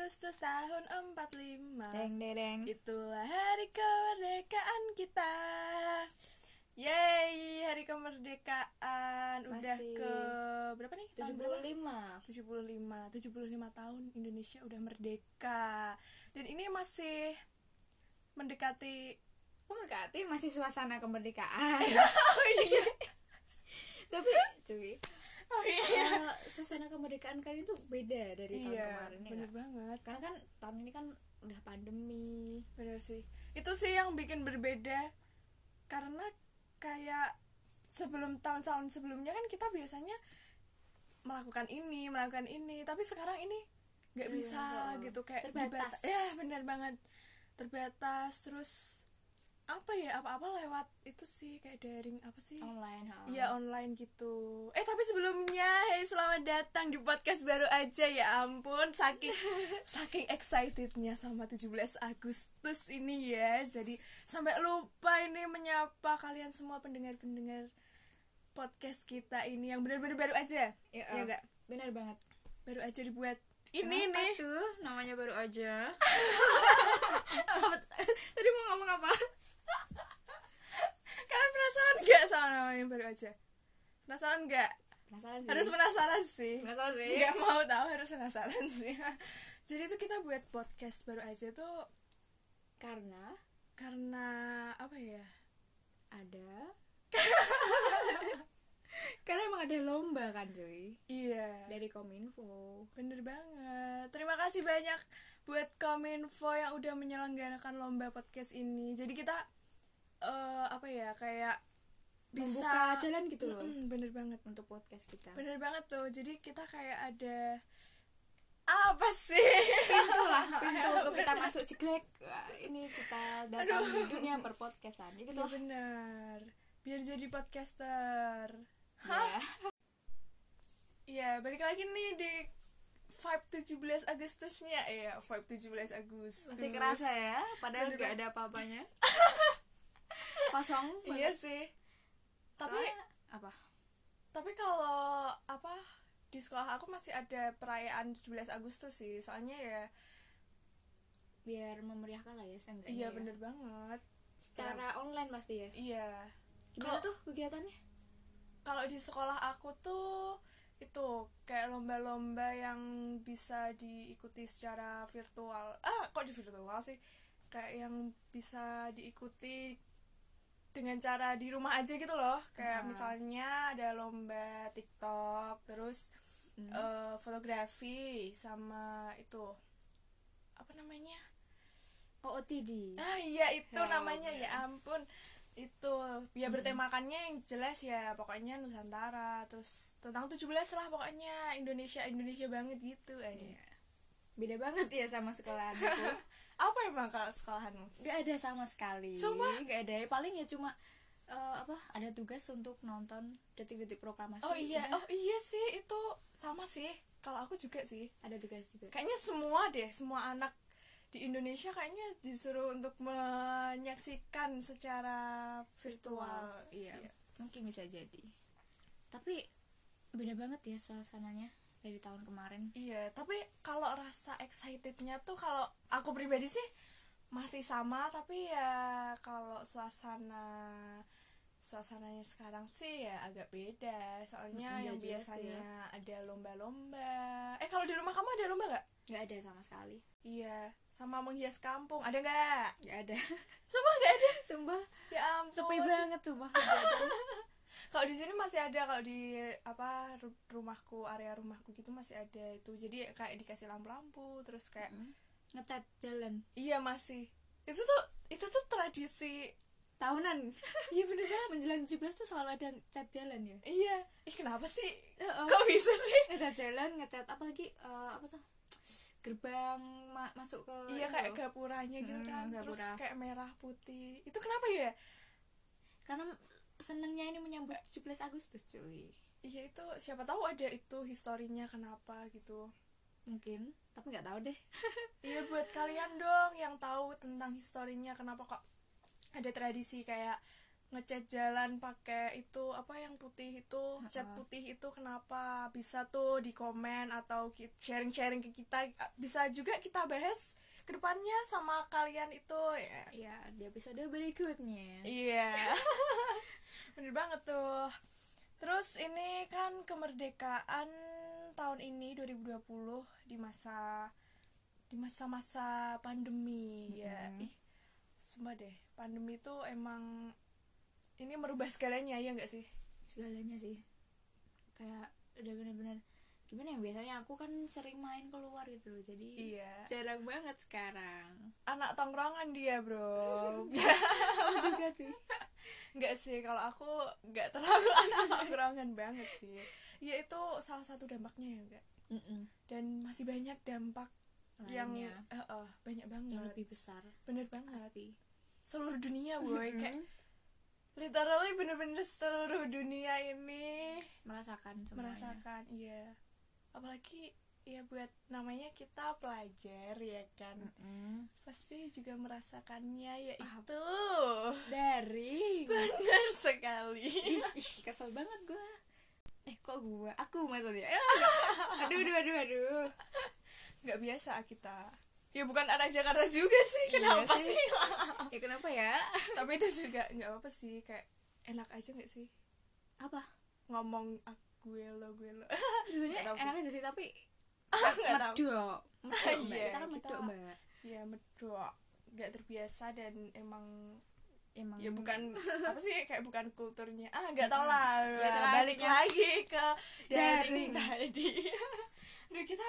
Agustus tahun 45. Deng deng. Itulah hari kemerdekaan kita. Yeay, hari kemerdekaan. Udah Masih ke berapa nih? Tahun berapa? 75 tahun Indonesia udah merdeka. Dan ini masih mendekati masih suasana kemerdekaan. Oh iya. Tapi cuy, Oh iya. suasana kemerdekaan kali itu beda dari tahun kemarin ya bener nggak? banget. Karena kan tahun ini kan udah pandemi. Bener sih. Itu sih yang bikin berbeda. Karena kayak sebelum tahun-tahun sebelumnya kan kita biasanya melakukan ini, tapi sekarang ini nggak bisa gitu, kayak terbatas. Ya benar banget, terbatas. Terus apa-apa lewat itu sih, kayak daring apa sih, Online. iya online gitu. Tapi sebelumnya, hey, selamat datang di podcast baru aja. Ya ampun, saking excitednya sama 17 Agustus ini ya, jadi sampai lupa ini menyapa kalian semua pendengar-pendengar podcast kita ini yang benar-benar baru aja. Ya enggak? Benar banget. Baru aja dibuat ini. Kenapa nih tuh namanya baru aja? Tadi mau ngomong apa? Kalian penasaran nggak sama namanya baru aja? Penasaran nggak? Penasaran sih. Harus penasaran sih. Penasaran sih. Nggak mau tahu, harus penasaran sih. Jadi tuh kita buat podcast baru aja tuh karena apa ya? Karena emang ada lomba kan cuy, Iya. dari Kominfo. Bener banget. Terima kasih banyak buat Kominfo yang udah menyelenggarakan lomba podcast ini. Jadi kita kayak bisa Membuka jalan gitu loh. Bener banget. Untuk podcast kita. Bener banget tuh. Jadi kita kayak ada apa sih? Pintu untuk kita masuk jeglek. Wah, ini kita datang di dunia perpodcastan. Ya gitu. Iya benar. Biar jadi podcaster. Hah? Iya, balik lagi nih di vibe 17 Agustusnya. Iya, vibe 17 Agustus. Masih kerasa ya, padahal Bener gak banget. ada apa-apanya. Kosong Iya banget. sih. Tapi Soalnya, apa? kalau di sekolah aku masih ada perayaan 17 Agustus sih. Soalnya ya Biar memeriahkan lah ya seenggaknya. iya ya. bener banget. Secara online pasti ya. Iya. Gimana tuh kegiatannya? Kalau di sekolah aku tuh itu kayak lomba-lomba yang bisa diikuti secara virtual. Kok di virtual sih? Kayak yang bisa diikuti dengan cara di rumah aja gitu loh. Kayak misalnya ada lomba TikTok, terus fotografi, sama itu apa namanya? OOTD. Iya itu Ya, namanya bener. ya ampun. Itu ya bertemakannya yang jelas ya, pokoknya Nusantara, terus tentang 17 lah, pokoknya Indonesia banget gitu aja. Iya. Beda banget ya sama sekolahan aku. Apa emang kalau sekolahanmu? Gak ada sama sekali. Sumpah? Gak ada. Paling ya cuma ada tugas untuk nonton detik-detik proklamasi. Oh iya, Udah. sih itu sama sih. Kalau aku juga sih. Ada tugas juga. Kayaknya semua anak di Indonesia kayaknya disuruh untuk menyaksikan secara virtual. Iya. Mungkin bisa jadi. Tapi beda banget ya suasananya dari tahun kemarin. Iya, tapi kalau rasa excitednya tuh kalau aku pribadi sih masih sama, tapi ya kalau suasananya sekarang sih ya agak beda. Soalnya yang jelas tuh biasanya ada lomba-lomba. Kalau di rumah kamu ada lomba nggak? Gak ada sama sekali. Iya, sama menghias kampung. Ada nggak? Gak ada. Sumpah nggak ada. Sumpah Ya ampun. sepi banget sumpah. Kalau di sini masih ada, kalau di rumahku, area rumahku gitu masih ada itu. Jadi kayak dikasih lampu-lampu, terus kayak Ngecat jalan iya masih. Itu tuh tradisi tahunan. Iya bener banget. Menjelang 17 tuh selalu ada cat jalan ya. Iya. Kenapa sih? Oh. Kok bisa sih? Ngecat jalan, ngecat apalagi apa tuh? Gerbang masuk ke Iya ini kayak loh. gapuranya gitu kan. Terus Gapura. kayak merah putih. Itu kenapa ya? Karena senengnya ini menyambut 17 Agustus cuy. Iya itu siapa tahu ada itu historinya kenapa gitu. Mungkin, tapi nggak tahu deh. Iya buat kalian dong yang tahu tentang historinya kenapa kok ada tradisi kayak ngecat jalan pakai itu apa yang putih itu, cat putih itu, kenapa bisa tuh di komen atau sharing-sharing ke kita, bisa juga kita bahas kedepannya sama kalian itu ya. Iya, di episode berikutnya. Iya. Bener banget tuh. Terus ini kan kemerdekaan tahun ini 2020 di masa-masa pandemi ya. Ih, sumpah deh, pandemi itu emang ini merubah segalanya ya nggak sih? Segalanya sih. Kayak udah bener-bener gimana ya, biasanya aku kan sering main keluar gitu loh, jadi Iya. jarang banget sekarang. Anak tongkrongan dia, bro. Aku juga sih. Nggak sih, kalau aku nggak terlalu anak tongkrongan banget sih. Ya itu salah satu dampaknya ya enggak. Dan masih banyak dampak Lainnya, yang banyak banget. yang lebih besar. Bener banget. Pasti. Seluruh dunia, boy. Kayak literally bener-bener seluruh dunia ini Merasakan semuanya. merasakan, iya. Apalagi ya buat namanya kita pelajar ya kan. Pasti juga merasakannya, yaitu dari benar sekali. ih, kesel banget gue. Aku maksudnya. Aduh. Nggak biasa kita. Ya bukan anak Jakarta juga sih, kenapa Iya sih? Ya kenapa ya? Tapi itu juga nggak apa-apa sih, kayak enak aja nggak sih Apa? ngomong gue lo. Sebenarnya Nggak tahu sih. enak aja sih, tapi Nggak tahu. medok Mbak. Iya, Kita kan kita- medok, Mbak. Ya medok, nggak terbiasa dan emang Emang ya bukan apa sih, kayak bukan kulturnya, nggak tau lah. Nggak tahu Balik artinya. lagi ke daring Daring. tadi. Aduh, kita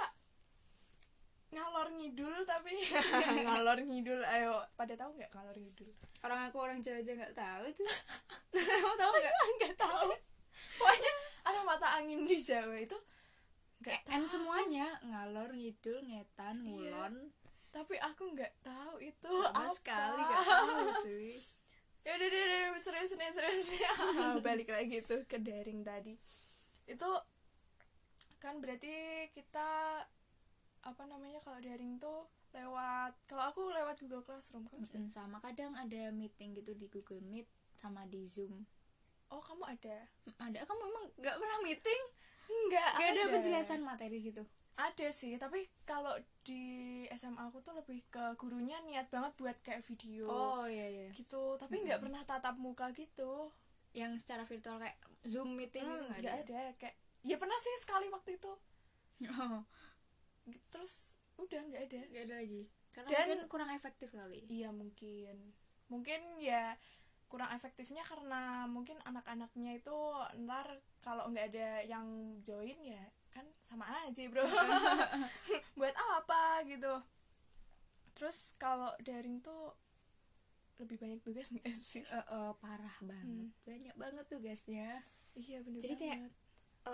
ngalor ngidul tapi ngalor ngidul. Ayo, pada tahu nggak ngalor ngidul? orang Jawa aja nggak tahu tuh. Kamu tahu nggak? Nggak tahu. Pokoknya ada mata angin di Jawa itu nggak N tahu. semuanya, ngalor ngidul, ngetan, ngulon. Tapi aku nggak tahu itu Sama apa. sekali nggak tahu cuy. Ya udah serius nih. Balik lagi tuh ke daring tadi. Itu kan berarti kita apa namanya, kalau daring tuh kalau aku lewat Google Classroom, kamu juga? Sama kadang ada meeting gitu di Google Meet sama di Zoom. Oh, kamu ada? Ada, kamu memang nggak pernah meeting? Nggak Nggak ada penjelasan materi gitu? Ada sih, tapi kalau di SMA aku tuh lebih ke gurunya niat banget buat kayak video Oh iya. gitu, tapi nggak pernah tatap muka gitu. Yang secara virtual kayak Zoom meeting gitu Nggak ada. Kayak ya pernah sih sekali waktu itu. Oh, Terus udah nggak ada. nggak ada lagi. Karena Dan- mungkin kurang efektif kali. Iya, mungkin ya kurang efektifnya karena mungkin anak-anaknya itu ntar kalau nggak ada yang join ya kan sama aja, bro. Buat apa gitu. Terus kalau daring tuh lebih banyak tugas nggak sih? Parah banget. Banyak banget tugasnya. Iya, bener Jadi kayak, banget.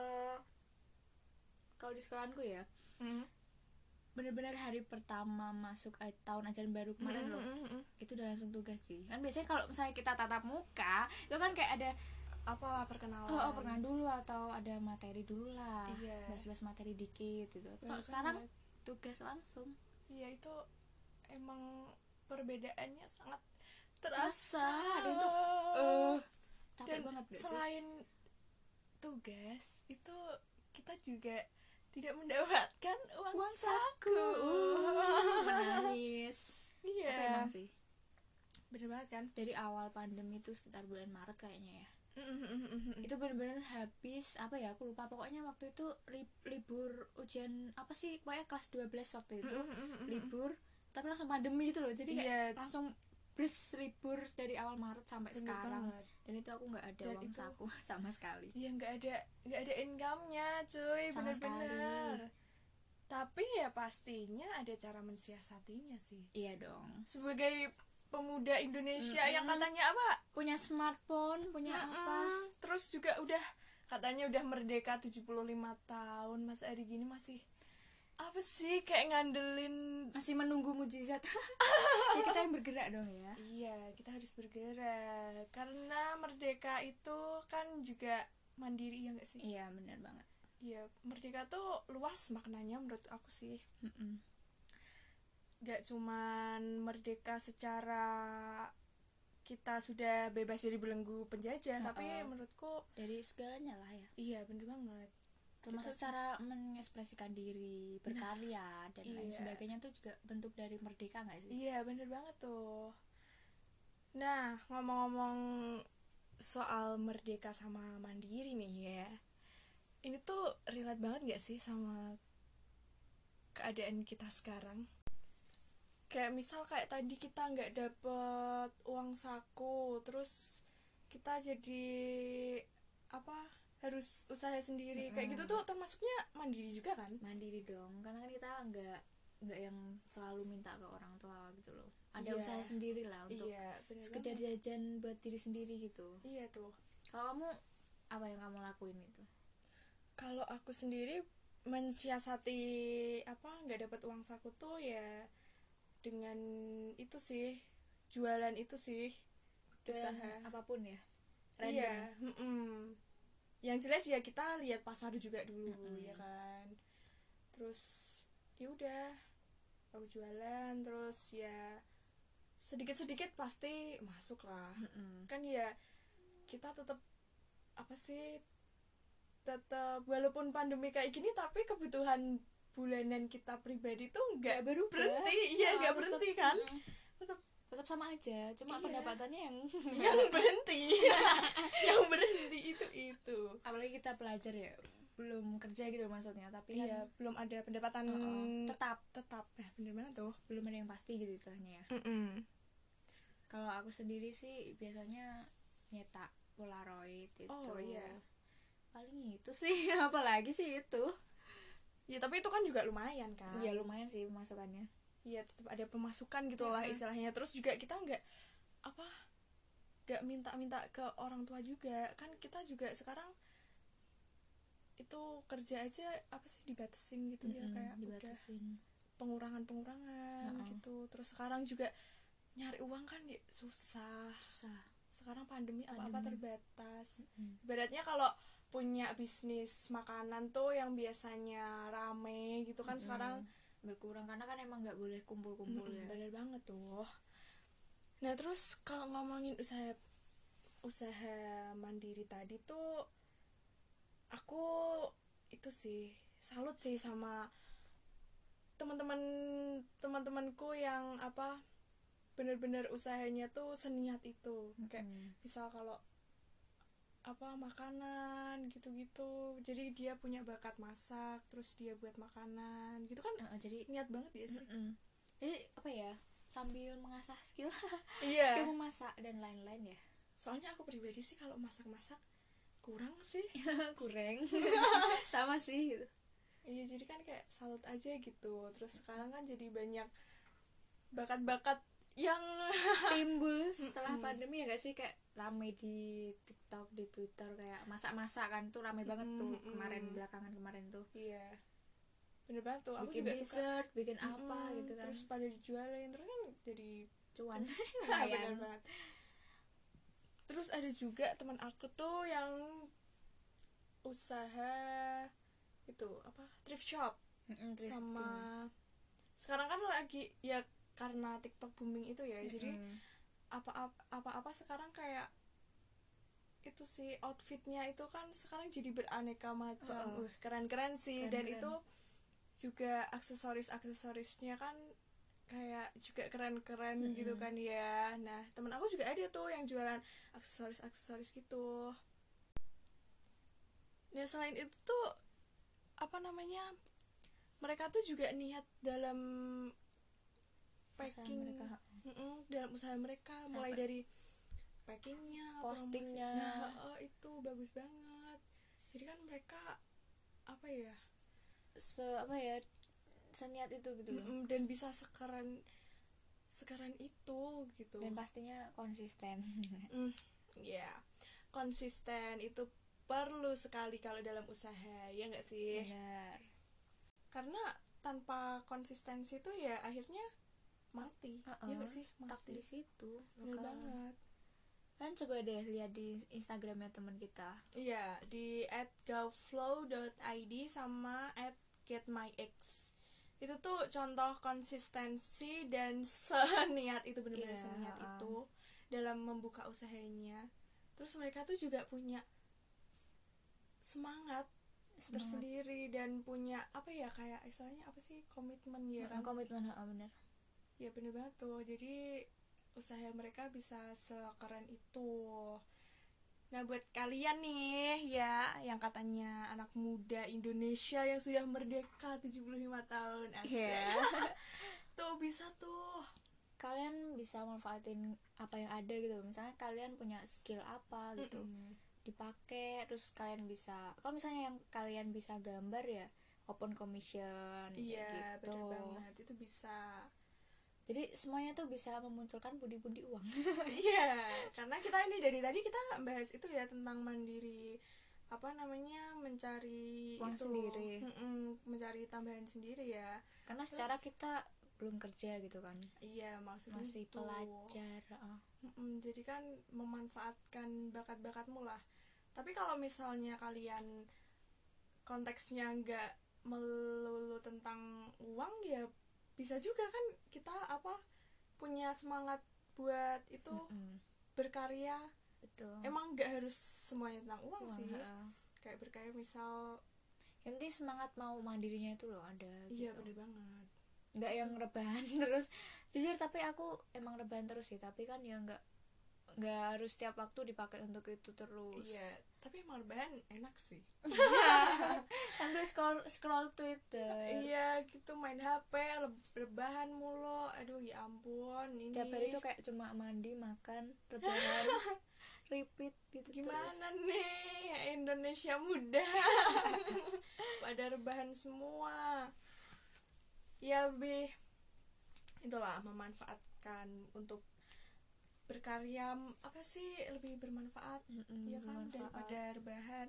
Kalau di sekolahanku ya, Mm. bener-bener hari pertama masuk tahun ajaran baru kemarin loh, itu udah langsung tugas sih. Kan biasanya kalau misalnya kita tatap muka itu kan kayak ada Apalah perkenalan. perkenalan dulu atau ada materi dulu lah, Iya. bahas-bahas materi dikit gitu. Bener Kalau sekarang banget. tugas langsung. Iya, itu emang perbedaannya sangat terasa. Dan itu capek Dan banget gak sih? selain tugas itu kita juga tidak mendapatkan uang saku. Menangis. Tapi Iya, emang sih bener banget kan. dari awal pandemi itu sekitar bulan Maret kayaknya ya, itu bener-bener habis apa ya, aku lupa, pokoknya waktu itu libur ujian apa sih, pokoknya kelas 12 waktu itu libur, tapi langsung pandemi gitu loh, jadi kayak Iya, langsung libur dari awal Maret sampai bener sekarang. banget. Dan itu aku nggak ada Dan uang itu- saku sama sekali. Iya, nggak ada income-nya, cuy. Sama Bener-bener. Tapi ya pastinya ada cara mensiasatinya sih. Iya dong, Sebagai pemuda Indonesia yang katanya apa? punya smartphone, punya apa, Terus juga udah katanya udah merdeka 75 tahun, Mas Ari gini masih apa sih, kayak ngandelin. masih menunggu mujizat. Ya kita yang bergerak dong ya. Iya, kita harus bergerak karena merdeka itu kan juga mandiri, ya nggak sih? Iya benar banget. Iya, merdeka tuh luas maknanya menurut aku sih. Gak cuman merdeka secara kita sudah bebas dari belenggu penjajah, tapi menurutku dari segalanya lah ya. Iya bener banget, termasuk cara mengekspresikan diri, berkarya dan lain sebagainya tuh juga bentuk dari merdeka nggak sih? Iya bener banget tuh. Nah, ngomong-ngomong soal merdeka sama mandiri nih ya, ini tuh relate banget gak sih sama keadaan kita sekarang? Kayak misal kayak tadi kita nggak dapet uang saku, terus kita jadi apa, harus usaha sendiri, kayak gitu tuh termasuknya mandiri juga kan? Mandiri dong, karena kan kita nggak yang selalu minta ke orang tua gitu loh, ada usaha sendiri lah untuk sekedar jajan buat diri sendiri gitu. Iya tuh. Kalau kamu apa yang kamu lakuin itu? Kalau aku sendiri mensiasati apa nggak dapat uang saku tuh ya dengan itu sih, jualan itu sih, usaha apapun ya, random. Iya, yang jelas ya kita lihat pasar juga dulu, ya kan. Terus ya udah aku jualan, terus ya sedikit-sedikit pasti masuk lah. Kan ya kita tetap apa sih, tetap walaupun pandemi kayak gini tapi kebutuhan bulanan kita pribadi tuh nggak berhenti. Iya, nggak berhenti kan, tetap sama aja, cuma pendapatannya yang berhenti. Yang berhenti itu apalagi kita pelajar ya, belum kerja gitu maksudnya, tapi kan belum ada pendapatan tetap bener banget tuh, belum ada yang pasti gitu istilahnya ya. Kalau aku sendiri sih biasanya nyetak Polaroid itu. Paling itu sih. Apalagi sih itu ya, tapi itu kan juga lumayan kan. Iya lumayan sih pemasukannya. Iya tetap ada pemasukan gitu lah istilahnya. Terus juga kita nggak minta ke orang tua juga kan, kita juga sekarang itu kerja aja apa sih dibatasin gitu ya, kayak dibatasin. Udah pengurangan gitu. Terus sekarang juga nyari uang kan ya susah. Sekarang pandemi apa terbatas. Ibaratnya kalau punya bisnis makanan tuh yang biasanya rame gitu kan, sekarang berkurang karena kan emang nggak boleh kumpul-kumpul ya. Bener banget tuh. Nah terus kalau ngomongin usaha mandiri tadi tuh, aku itu sih salut sih sama teman-temanku yang apa bener-bener usahanya tuh seniat itu. Kayak misal kalau apa makanan gitu-gitu, jadi dia punya bakat masak, terus dia buat makanan gitu kan, jadi niat banget ya sih. Jadi apa ya, sambil mengasah skill skill memasak dan lain-lain ya. Soalnya aku pribadi sih kalau masak-masak kurang sih. kurang sama sih gitu. Iya jadi kan kayak salut aja gitu. Terus sekarang kan jadi banyak bakat-bakat yang timbul setelah pandemi ya gak sih, kayak rame di TikTok, di Twitter, kayak masak-masak kan tuh rame banget tuh belakangan kemarin tuh. Iya bener banget tuh, aku bikin juga dessert, suka bikin apa gitu kan, terus pada dijualin, terus kan jadi cuan. Bener banget. Terus ada juga teman aku tuh yang usaha itu apa thrift shop. Sama sekarang kan lagi ya karena TikTok booming itu ya, jadi apa sekarang kayak itu sih outfitnya itu kan sekarang jadi beraneka macam. Keren-keren sih. Keren. Dan itu juga aksesorisnya kan kayak juga keren-keren gitu kan ya. Nah temen aku juga ada tuh yang jualan aksesoris gitu. Nah selain itu tuh apa namanya, mereka tuh juga niat dalam packing mereka. Dalam usaha mereka. Sampai mulai dari packingnya, postingnya, itu bagus banget. Jadi kan mereka apa ya, seniat itu gitu loh. Dan bisa sekarang itu gitu. Dan pastinya konsisten. Konsisten itu perlu sekali kalau dalam usaha, ya nggak sih? Benar. Karena tanpa konsistensi itu ya akhirnya mati. Ya nggak sih? Mati di situ. Benar banget. Kan coba deh lihat di Instagramnya teman kita. Iya, di @gowflow.id sama @getmyx. Itu tuh contoh konsistensi dan seniat itu, benar-benar seniat itu. dalam membuka usahanya. Terus mereka tuh juga punya semangat tersendiri dan punya apa ya, kayak istilahnya apa sih, komitmen ya kan. Komitmen, bener. Ya bener banget tuh. Jadi usaha mereka bisa sekeren itu. Nah buat kalian nih ya, yang katanya anak muda Indonesia yang sudah merdeka 75 tahun, asik. Tuh bisa tuh, kalian bisa manfaatin apa yang ada gitu. Misalnya kalian punya skill apa gitu, dipakai. Terus kalian bisa, kalau misalnya yang kalian bisa gambar ya open commission. Iya gitu. bener banget, itu bisa. Jadi semuanya tuh bisa memunculkan pundi-pundi uang. Iya, karena kita ini dari tadi kita bahas itu ya, tentang mandiri, apa namanya, mencari uang itu sendiri. Mencari tambahan sendiri ya, karena secara kita belum kerja gitu kan. Iya, maksudnya masih itu pelajar. Jadi kan memanfaatkan bakat-bakatmu lah. Tapi kalau misalnya kalian konteksnya nggak melulu tentang uang, ya bisa juga kan kita punya semangat buat itu berkarya. Betul. Emang nggak harus semuanya tentang uang sih. Kayak berkarya misal, yang penting semangat mau mandirinya itu loh ada. Iya gitu. bener banget. Nggak yang rebahan terus. Jujur tapi aku emang rebahan terus sih, tapi kan ya nggak harus setiap waktu dipakai untuk itu terus. Iya, tapi emang rebahan enak sih. Sambil scroll Twitter. Iya gitu, main HP, rebahan mulu. Aduh ya ampun, ini tiap hari tuh kayak cuma mandi, makan, rebahan, repeat gitu. Gimana terus. nih Indonesia muda pada rebahan semua. Ya lebih itulah, memanfaatkan untuk berkarya apa sih, lebih bermanfaat ya kan, daripada rebahan.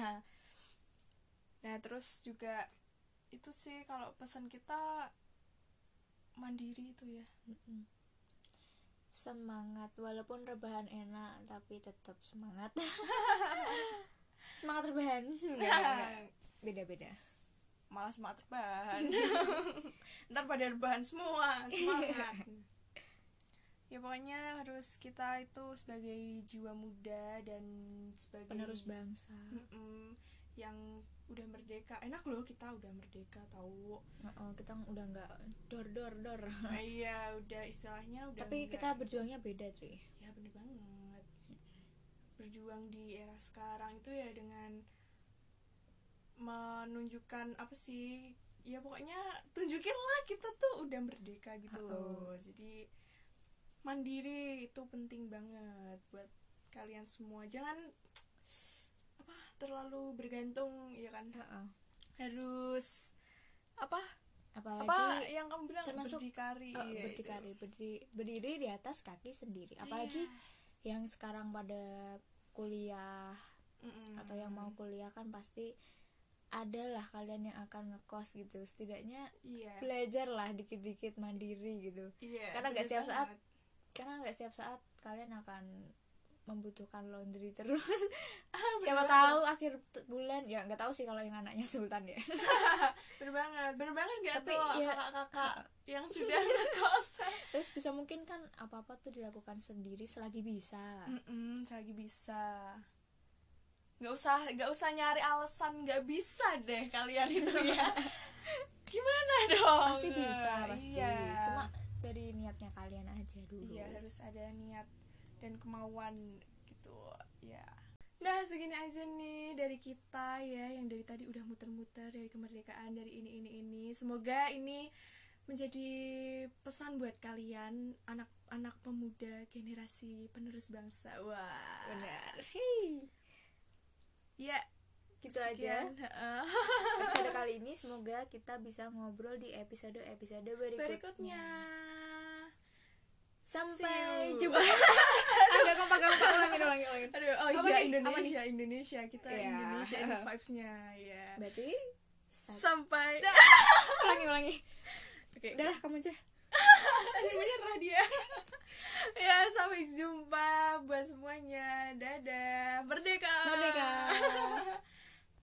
Nah terus juga itu sih, kalau pesan kita mandiri itu ya. Semangat, walaupun rebahan enak tapi tetap semangat. Semangat rebahan enggak. Beda-beda. Malah semangat rebahan. Ntar pada rebahan semua, semangat. Ya pokoknya harus kita itu sebagai jiwa muda dan sebagai penerus bangsa yang udah merdeka. Enak loh kita udah merdeka, tahu. Kita udah nggak dor. Iya, udah istilahnya udah. Tapi kita berjuangnya beda cuy. Ya bener banget. Berjuang di era sekarang itu ya dengan menunjukkan apa sih, ya pokoknya tunjukin lah kita tuh udah merdeka gitu loh. Jadi mandiri itu penting banget buat kalian semua. Jangan terlalu bergantung ya kan. Harus apalagi yang kamu bilang, termasuk berdikari. Berdiri di atas kaki sendiri. Apalagi yang sekarang pada kuliah atau yang mau kuliah kan pasti adalah kalian yang akan ngekos gitu. Setidaknya belajar lah dikit-dikit mandiri gitu. Karena nggak setiap saat kalian akan membutuhkan laundry terus. Siapa tahu akhir bulan, ya nggak tahu sih kalau yang anaknya sultan ya. bener banget nggak tuh kakak-kakak yang sudah ngekos. Terus bisa mungkin kan apa-apa tuh dilakukan sendiri selagi bisa. Selagi bisa. Nggak usah nyari alasan nggak bisa deh kalian itu ya. Gimana dong? Pasti bisa, pasti. Iya. Cuma dari niatnya kalian aja dulu. Iya, harus ada niat dan kemauan gitu ya. Nah segini aja nih dari kita ya, yang dari tadi udah muter-muter dari kemerdekaan, dari ini. Semoga ini menjadi pesan buat kalian, anak-anak pemuda generasi penerus bangsa. Wah benar. Ya gitu aja episode kali ini. Semoga kita bisa ngobrol di episode berikutnya. Sampai jumpa. Agak kompak ulangin. Aduh, Indonesia kita Indonesia ini vibes-nya ya. Berarti sampai ulangi. Oke. Udah lah, kamu aja. Menyerah dia. Ya, sampai jumpa buat semuanya. Dadah. Merdeka.